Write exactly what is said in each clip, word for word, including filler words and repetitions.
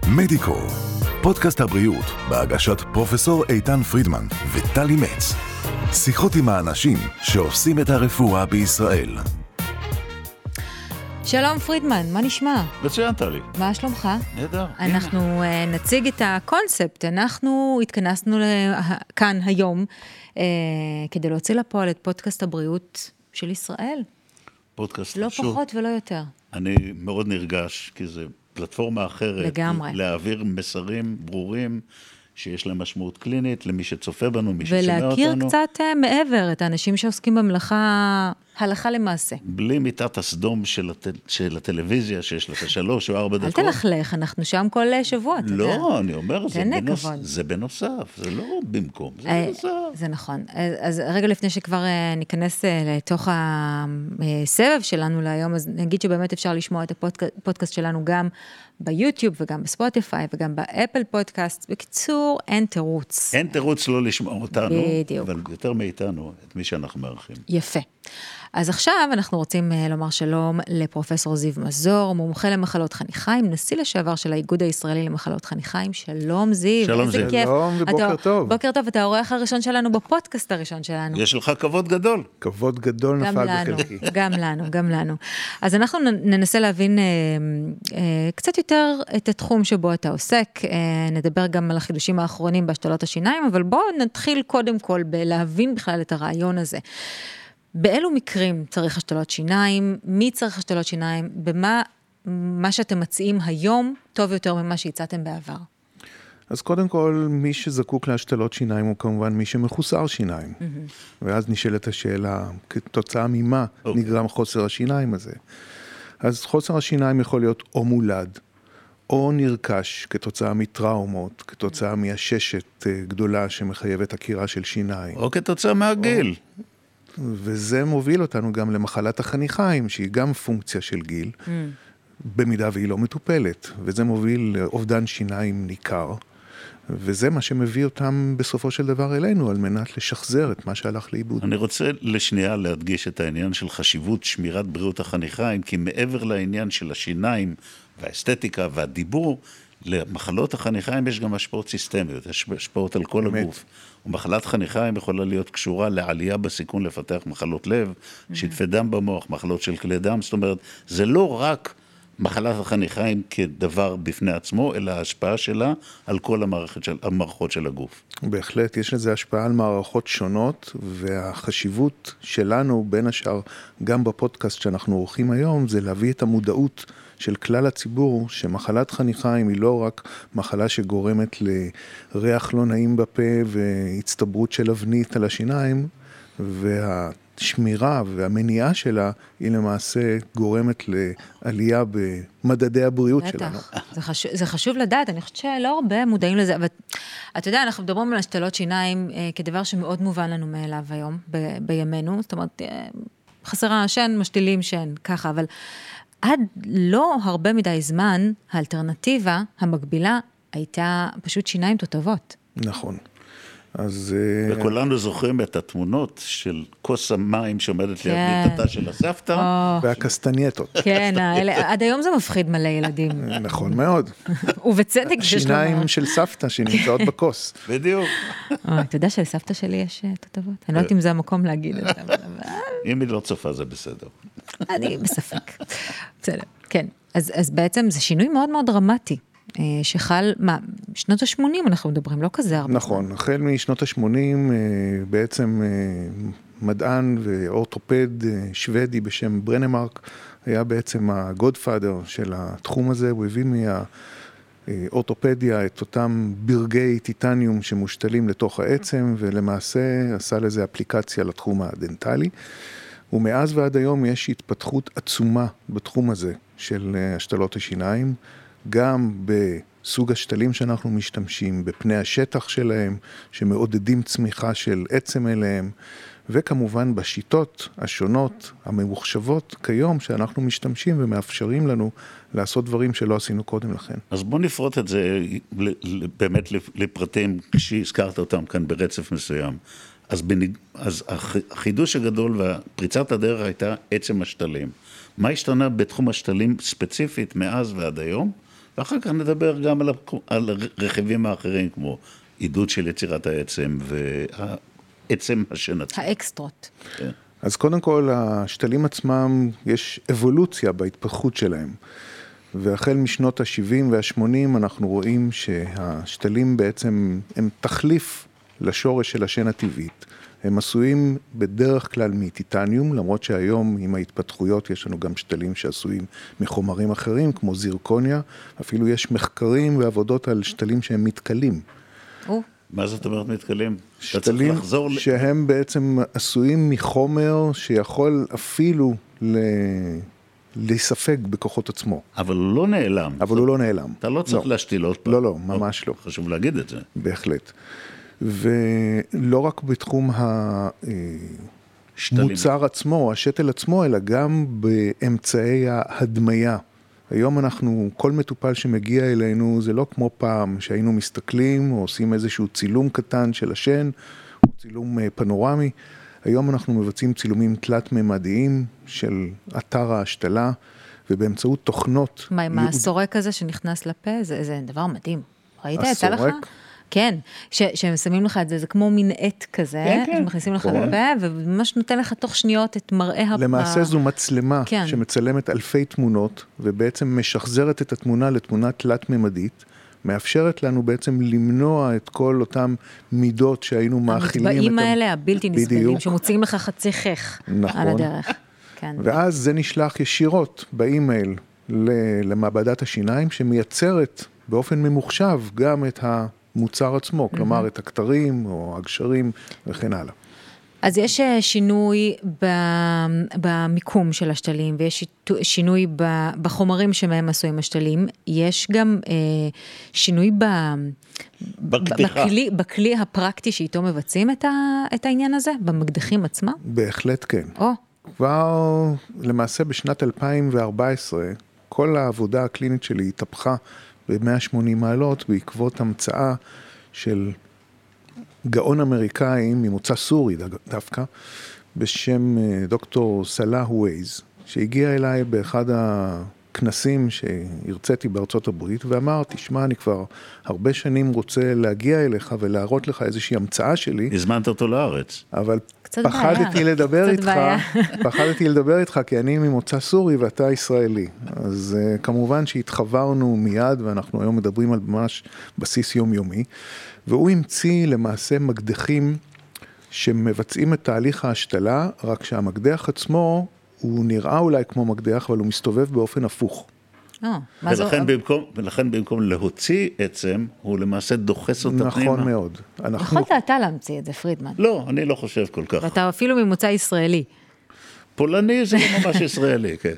מדיקו, פודקאסט הבריאות בהגשת פרופסור איתן פרידמן וטלי מצ. שיחות עם האנשים שעושים את הרפואה בישראל. שלום פרידמן, מה נשמע? מצוין, טלי. מה שלומך? נהדר. אנחנו uh, נציג את הקונספט. אנחנו התכנסנו כאן היום uh, כדי להוציא לפועל את פודקאסט הבריאות של ישראל. פודקאסט לא חשוב. לא פחות ולא יותר. אני מאוד נרגש, כי זו פלטפורמה אחרת. לגמרי. להעביר מסרים ברורים שיש להם משמעות קלינית, למי שצופה בנו, מי ששומע אותנו. ולהכיר קצת uh, מעבר את האנשים שעוסקים במלאכה, הלכה למעשה. בלי מיטת הסדום של, הט... של הטלוויזיה, שיש לך שלוש או ארבע דקות. אל תלכלך, אנחנו שם כל שבוע, אתה יודע. לא, אני אומר, זה, בנוס... כבוד. זה בנוסף, זה לא במקום, זה אה, בנוסף. זה נכון. אז, אז רגע לפני שכבר אה, ניכנס אה, לתוך הסבב שלנו להיום, אז נגיד שבאמת אפשר לשמוע את הפודקאסט שלנו גם ביוטיוב וגם בספוטיפיי וגם באפל פודקאסט. בקיצור, אין תירוץ. אין תירוץ לא לשמוע אותנו, בדיוק. אבל יותר מאיתנו, את מי שאנחנו מארחים. יפה. אז עכשיו אנחנו רוצים לומר שלום לפרופסור זיו מזור, מומחה למחלות חניכיים, נשיא לשעבר של האיגוד הישראלי למחלות חניכיים. שלום זיו. שלום זיו. שלום ובוקר טוב. בוקר טוב, אתה האורח הראשון שלנו בפודקאסט הראשון שלנו. יש לך כבוד גדול. כבוד גדול נפל בחלקי. גם לנו, גם לנו. אז אנחנו ננסה להבין אה, אה, קצת יותר את התחום שבו אתה עוסק, אה, נדבר גם על החידושים האחרונים בהשתלות השיניים, אבל בואו נתחיל קודם כל בלהבין בכלל את הרעיון הזה. באילו מקרים צריך השתלות שיניים? מי צריך השתלות שיניים? במה מה שאתם מציעים היום טוב יותר ממה שהצעתם בעבר? אז קודם כל, מי שזקוק להשתלות שיניים הוא כמובן מי שמחוסר שיניים. Mm-hmm. ואז נשאלת השאלה, כתוצאה ממה okay. נגרם חוסר השיניים הזה. אז חוסר השיניים יכול להיות או מולד, או נרכש כתוצאה מטראומות, כתוצאה מהששת גדולה שמחייבת עקירה של שיניים. או כתוצאה מהגיל. או... וזה מוביל אותנו גם למחלת החניכיים, שהיא גם פונקציה של גיל, mm. במידה והיא לא מטופלת, וזה מוביל לאובדן שיניים ניכר, וזה מה שמביא אותם בסופו של דבר אלינו, על מנת לשחזר את מה שהלך לאיבוד. אני רוצה לשנייה להדגיש את העניין של חשיבות שמירת בריאות החניכיים, כי מעבר לעניין של השיניים והאסתטיקה והדיבור, למחלות החניכיים יש גם השפעות סיסטמיות, יש השפעות על כל באמת. הגוף. ומחלת חניכיים יכולה להיות קשורה לעלייה בסיכון לפתח מחלות לב, mm-hmm. שטפי דם במוח, מחלות של כלי דם, זאת אומרת, זה לא רק מחלת החניכיים כדבר בפני עצמו, אלא ההשפעה שלה על כל המערכת של, המערכות של הגוף. בהחלט, יש לזה השפעה על מערכות שונות, והחשיבות שלנו בין השאר, גם בפודקאסט שאנחנו עורכים היום, זה להביא את המודעות של כלל הציבור, שמחלת חניכיים היא לא רק מחלה שגורמת לריח לא נעים בפה והצטברות של אבנית על השיניים, והשמירה והמניעה שלה היא למעשה גורמת לעלייה במדדי הבריאות שלנו. זה חשוב, זה חשוב לדעת, אני חושבת שלא הרבה מודעים לזה, אבל אתה יודע, אנחנו מדברים על השתלות שיניים כדבר שמאוד מובן לנו מאליו היום, ב- בימינו, זאת אומרת, חסרה שן, משתילים שן, ככה, אבל עד לא הרבה מדי זמן, האלטרנטיבה המקבילה הייתה פשוט שיניים תותבות. נכון. אז... וכולנו זוכרים את התמונות של כוס המים שעומדת ליד מיטתה של הסבתא. והקסטנייטות. כן, עד היום זה מפחיד מלא ילדים. נכון מאוד. ובצדק שיש לומר. השיניים של סבתא שנמצאות בכוס. בדיוק. אתה יודע שלסבתא שלי יש תותבות? אני לא יודעת אם זה המקום להגיד את זה. אם היא לא צופה זה בסדר. אני בספק. בסדר, כן. אז בעצם זה שינוי מאוד מאוד דרמטי. שחל, מה, שנות ה-שמונים אנחנו מדברים, לא כזה הרבה. נכון, החל משנות ה-שמונים בעצם מדען ואורתופד שוודי בשם ברנמרק, היה בעצם הגודפאדר של התחום הזה, הוא הביא מהאורתופדיה את אותם ברגי טיטניום שמושתלים לתוך העצם, ולמעשה עשה לזה אפליקציה לתחום הדנטלי, ומאז ועד היום יש התפתחות עצומה בתחום הזה של השתלות השיניים, גם בסוג השתלים שאנחנו משתמשים, בפני השטח שלהם, שמעודדים צמיחה של עצם אליהם, וכמובן בשיטות השונות, הממוחשבות כיום, שאנחנו משתמשים ומאפשרים לנו לעשות דברים שלא עשינו קודם לכן. אז בוא נפרוט את זה באמת לפרטים, כשהזכרת אותם כאן ברצף מסוים. אז, בניג... אז החידוש הגדול והפריצת הדרך הייתה עצם השתלים. מה השתנה בתחום השתלים ספציפית מאז ועד היום? ואחר כך נדבר גם על, על רכיבים האחרים, כמו עידוד של יצירת העצם, והעצם השן עצמו. האקסטרות. כן. אז קודם כל, השתלים עצמם, יש אבולוציה בהתפתחות שלהם. והחל משנות ה-שבעים וה-שמונים אנחנו רואים שהשתלים בעצם הם תחליף לשורש של השן הטבעית. הם עשויים בדרך כלל מטיטניום, למרות שהיום עם ההתפתחויות יש לנו גם שתלים שעשויים מחומרים אחרים, כמו זירקוניה. אפילו יש מחקרים ועבודות על שתלים שהם מתכלים. או. מה זאת אומרת מתכלים? שתלים שהם בעצם עשויים מחומר שיכול אפילו ל... להיספג בכוחות עצמו. אבל הוא לא נעלם. אבל הוא לא נעלם. אתה לא צריך להשתיל עוד פעם. לא, לא, ממש לא. חשוב להגיד את זה. בהחלט. ולא רק בתחום המוצר עצמו, השתל עצמו, אלא גם באמצעי ההדמיה. היום אנחנו, כל מטופל שמגיע אלינו, זה לא כמו פעם שהיינו מסתכלים, או עושים איזשהו צילום קטן של השן, או צילום פנורמי. היום אנחנו מבצעים צילומים תלת-ממדיים של אתר ההשתלה, ובאמצעות תוכנות... מה, עם הסורק הזה שנכנס לפה? זה, זה דבר מדהים. ראית? יצא לך? הסורק? כן, ש, שהם שמים לך את זה, זה כמו מין עט כזה, כן, כן. שמכניסים לך לפה, וממש נותן לך תוך שניות את מראה הפ... למעשה זו מצלמה כן. שמצלמת אלפי תמונות, ובעצם משחזרת את התמונה לתמונה תלת-ממדית, מאפשרת לנו בעצם למנוע את כל אותם מידות שהיינו מאכילים. המטבעים האלה, הבלתי נסבלים, בדיוק. שמוצאים לך חצי חך נכון. על הדרך. כן. ואז זה נשלח ישירות באימייל למעבדת השיניים, שמייצרת באופן ממוחשב גם את המוצר עצמו, כלומר את הכתרים או הגשרים וכן הלאה. אז יש שינוי במיקום של השתלים, ויש שינוי בחומרים שמהם עשויים השתלים, יש גם שינוי בכלי, בכלי הפרקטי שאיתו מבצעים את העניין הזה, במקדחים עצמם? בהחלט כן. או. כבר למעשה בשנת אלפיים וארבע עשרה, כל העבודה הקלינית שלי התהפכה ב-מאה ושמונים מעלות, בעקבות המצאה של גאון אמריקאי ממוצא סורי דווקא, בשם דוקטור סלאח ווייז, שהגיע אליי באחד הכנסים שהרציתי בארצות הברית, ואמר, תשמע, אני כבר הרבה שנים רוצה להגיע אליך ולהראות לך איזושהי המצאה שלי. הזמנת אותו לארץ. אבל פחדתי לדבר איתך, פחדתי לדבר איתך, כי אני ממוצא סורי ואתה ישראלי. אז כמובן שהתחברנו מיד, ואנחנו היום מדברים על ממש בסיס יומיומי, והוא המציא למעשה מקדחים שמבצעים את תהליך ההשתלה, רק שהמקדח עצמו הוא נראה אולי כמו מקדח, אבל הוא מסתובב באופן הפוך. ולכן במקום, ולכן במקום להוציא עצם, הוא למעשה דוחס אותה פנימה. נכון מאוד. יכולת אתה להמציא את זה, פרידמן. לא, אני לא חושב כל כך. ואתה אפילו ממוצא ישראלי. פולני זה לא ממש ישראלי, כן.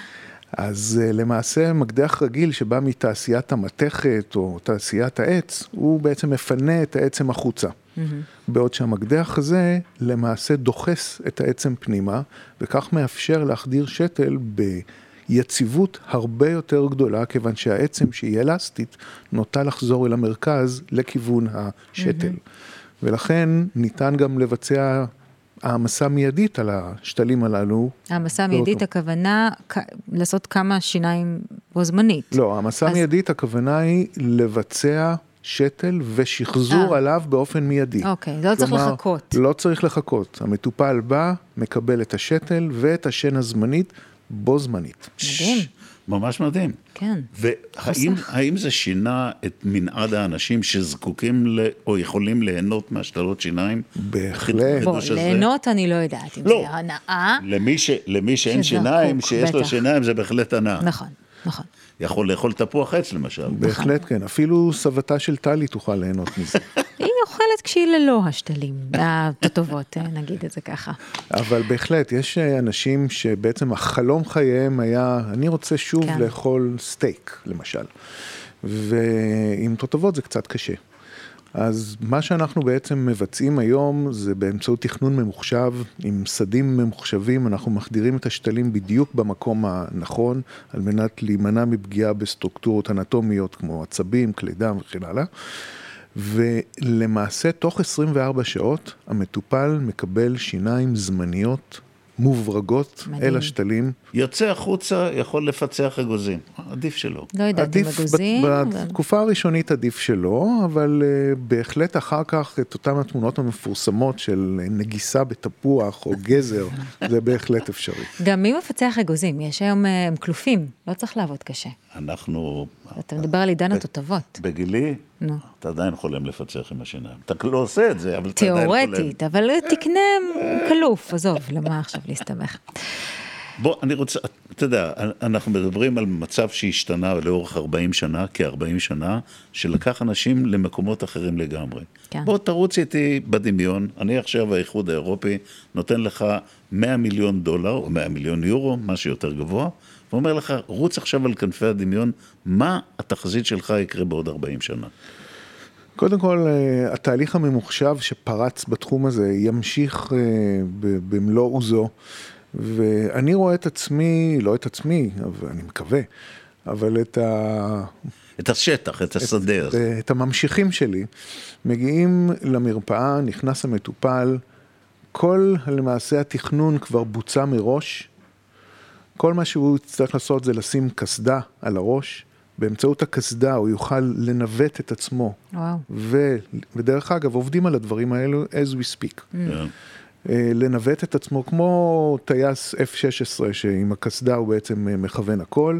אז למעשה מקדח רגיל שבא מתעשיית המתכת או תעשיית העץ, הוא בעצם מפנה את העצם החוצה. Mm-hmm. בעוד שהמקדח הזה למעשה דוחס את העצם פנימה, וכך מאפשר להחדיר שתל ביציבות הרבה יותר גדולה, כיוון שהעצם שהיא אלסטית נוטה לחזור אל המרכז לכיוון השתל. Mm-hmm. ולכן ניתן גם לבצע העמסה מיידית על השתלים הללו. העמסה מיידית הכוונה לעשות כמה שיניים בו זמנית. לא, העמסה מיידית הכוונה היא לבצע שתל ושחזור עליו באופן מיידי. אוקיי, לא צריך לחכות. לא צריך לחכות. המטופל בא, מקבל את השתל ואת השן הזמנית בו זמנית. מדהים. ממש מדהים. כן. והאם האם זה שינה את מנעד האנשים שזקוקים או יכולים ליהנות מהשתלות שיניים? בהחלט. בוא, ליהנות אני לא יודעת אם זה הנאה. למי שאין שיניים, שיש לו שיניים זה בהחלט הנאה. נכון, נכון. יכול לאכול תפוח עץ למשל. בהחלט כן, אפילו סבתה של טלי תוכל ליהנות מזה. היא אוכלת כשהיא ללא השתלים, הטובות, נגיד את זה ככה. אבל בהחלט, יש אנשים שבעצם החלום חייהם היה, אני רוצה שוב כן. לאכול סטייק, למשל. ועם תותבות זה קצת קשה. אז מה שאנחנו בעצם מבצעים היום, זה באמצעות תכנון ממוחשב, עם סדים ממוחשבים, אנחנו מחדירים את השתלים בדיוק במקום הנכון, על מנת להימנע מפגיעה בסטרוקטורות אנטומיות, כמו עצבים, כלי דם וכן הלאה. ולמעשה, תוך עשרים וארבע שעות, המטופל מקבל שיניים זמניות מוברגות מדהים. אל השתלים. יוצא החוצה, יכול לפצח אגוזים. עדיף שלא. לא יודעת אם אגוזים. בתקופה הראשונית עדיף שלא, אבל uh, בהחלט אחר כך את אותם התמונות המפורסמות של נגיסה בתפוח או גזר, זה בהחלט אפשרי. גם מי מפצח אגוזים? יש היום הם כלופים, לא צריך לעבוד קשה. אנחנו... אתה מדבר על עידן התותבות. בגילי, נו. אתה עדיין חולם לפצח עם השיניים. אתה לא עושה את זה, אבל אתה עדיין חולם. תיאורטית, אבל תקנה כלוף, עזוב, למה עכשיו להסתמך? בוא, אני רוצה, אתה יודע, אנחנו מדברים על מצב שהשתנה לאורך ארבעים שנה, כ-ארבעים שנה, שלקח אנשים למקומות אחרים לגמרי. כן. בוא, תרוץ איתי בדמיון, אני עכשיו האיחוד האירופי, נותן לך מאה מיליון דולר, או מאה מיליון יורו, משהו יותר גבוה, ואומר לך, רוץ עכשיו על כנפי הדמיון, מה התחזית שלך יקרה בעוד ארבעים שנה? קודם כל, התהליך הממוחשב שפרץ בתחום הזה ימשיך במלוא עוזו, ואני רואה את עצמי, לא את עצמי, אבל אני מקווה, אבל את ה... את השטח, את השדה את, את הממשיכים שלי, מגיעים למרפאה, נכנס המטופל, כל למעשה התכנון כבר בוצע מראש, כל מה שהוא צריך לעשות זה לשים כסדה על הראש, באמצעות הכסדה הוא יוכל לנווט את עצמו. וואו. ו, ודרך אגב, עובדים על הדברים האלו as we speak. Yeah. לנווט את עצמו כמו טייס אף שש עשרה, שעם הכסדה הוא בעצם מכוון הכל,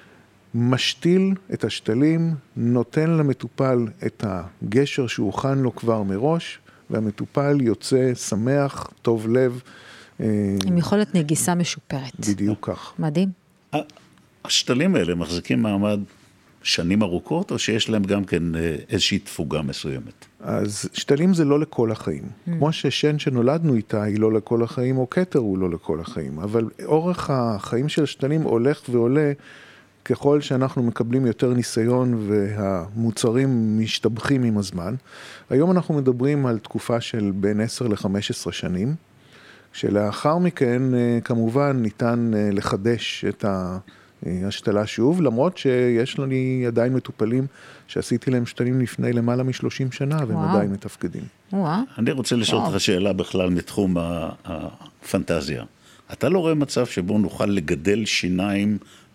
משתיל את השתלים, נותן למטופל את הגשר שהוכן לו כבר מראש, והמטופל יוצא שמח, טוב לב. עם יכולת נגיסה משופרת. בדיוק כך. מדהים. השתלים האלה מחזיקים מעמד שנים ארוכות, או שיש להם גם כן איזושהי תפוגה מסוימת? אז שתלים זה לא לכל החיים. Mm. כמו ששן שנולדנו איתה היא לא לכל החיים, או קטר הוא לא לכל החיים. אבל אורך החיים של השתלים הולך ועולה, ככל שאנחנו מקבלים יותר ניסיון והמוצרים משתבחים עם הזמן. היום אנחנו מדברים על תקופה של בין עשר לחמש עשרה שנים, שלאחר מכן כמובן ניתן לחדש את השתלה שוב, למרות שיש לי עדיין מטופלים שעשיתי להם שתלים לפני למעלה משלושים שנה, והם וואו. עדיין מתפקדים. וואו. אני רוצה לשאול אותך שאלה בכלל מתחום הפנטזיה. אתה לא רואה מצב שבו נוכל לגדל שיניים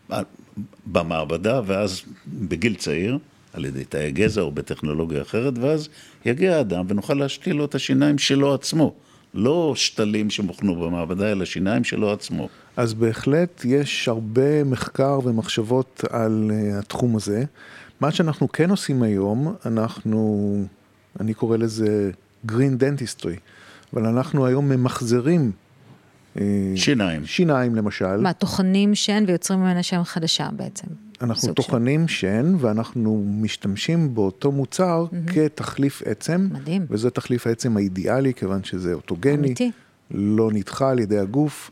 במעבדה, ואז בגיל צעיר, על ידי תאי גזע או בטכנולוגיה אחרת, ואז יגיע האדם ונוכל להשתיל לו את השיניים שלו עצמו. לא שתלים שמוכנו במעבדה, אלא שיניים שלו עצמו. אז בהחלט יש הרבה מחקר ומחשבות על התחום הזה. מה שאנחנו כן עושים היום, אנחנו, אני קורא לזה green dentistry, אבל אנחנו היום ממחזרים שיניים. שיניים למשל. מה, טוחנים שן ויוצרים ממנה שם חדשה בעצם? אנחנו טוחנים שן ואנחנו משתמשים באותו מוצר mm-hmm. כתחליף עצם. מדהים. וזה תחליף העצם האידיאלי, כיוון שזה אוטוגני. אמיתי. לא נדחה על ידי הגוף.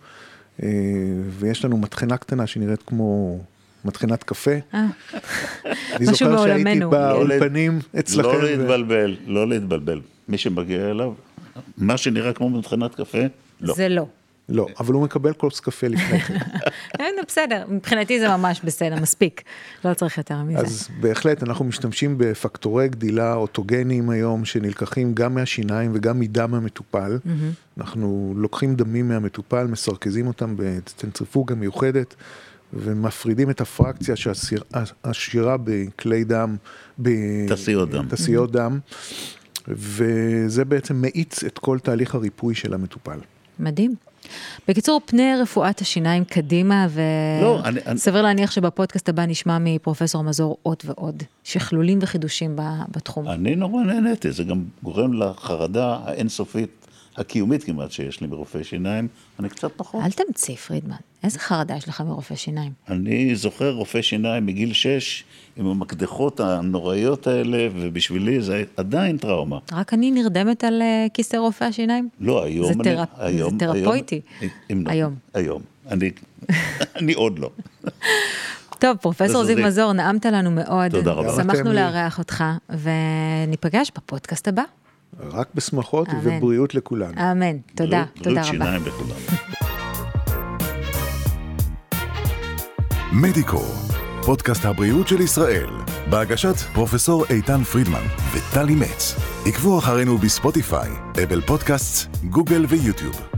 ויש לנו מתחנה קטנה שנראית כמו מתחנת קפה. אה. אני זוכר שהייתי באולפנים אצלכם. לא להתבלבל, לא להתבלבל. מי שמגיע אליו, מה שנראה כמו מתחנת קפה, לא. זה לא. לא, אבל הוא מקבל כוס קפה לפני כן. בסדר, מבחינתי זה ממש בסדר, מספיק. לא צריך יותר מזה. אז בהחלט אנחנו משתמשים בפקטורי גדילה אוטוגניים היום, שנלקחים גם מהשיניים וגם מדם המטופל. אנחנו לוקחים דמים מהמטופל, מסרכזים אותם בצנטריפוגה מיוחדת, ומפרידים את הפרקציה שהשירה בכלי דם, תסיות דם. תסיות דם, וזה בעצם מאיץ את כל תהליך הריפוי של המטופל. מדהים. בקיצור, פני רפואת השיניים קדימה, וסביר להניח שבפודקאסט הבא נשמע מפרופסור מזור עוד ועוד, שכלולים וחידושים בתחום. אני נורא נהניתי, זה גם גורם לחרדה האינסופית, הקיומית כמעט שיש לי מרופא שיניים, אני קצת פחות. אל תמציא, פרידמן, איזה חרדה יש לך מרופא שיניים? אני זוכר רופא שיניים מגיל שש, עם המקדחות הנוראיות האלה, ובשבילי זה עדיין טראומה. רק אני נרדמת על כיסא רופא השיניים? לא, היום... זה, תרפ... היום, זה תרפויטי. היום. היום. היום. אני, אני עוד לא. טוב, פרופסור זיו מזור, נעמת לנו מאוד. תודה רבה. שמחנו לארח אותך, וניפגש בפודקאסט הבא. רק בשמחות ובריאות לכולנו. אמן, תודה, תודה רבה. בריאות שיניים לכולנו. מדיקו, פודקאסט הבריאות של ישראל, בהגשת פרופסור איתן פרידמן וטלי מצ. עקבו אחרינו בספוטיפיי, אפל פודקאסט, גוגל ויוטיוב.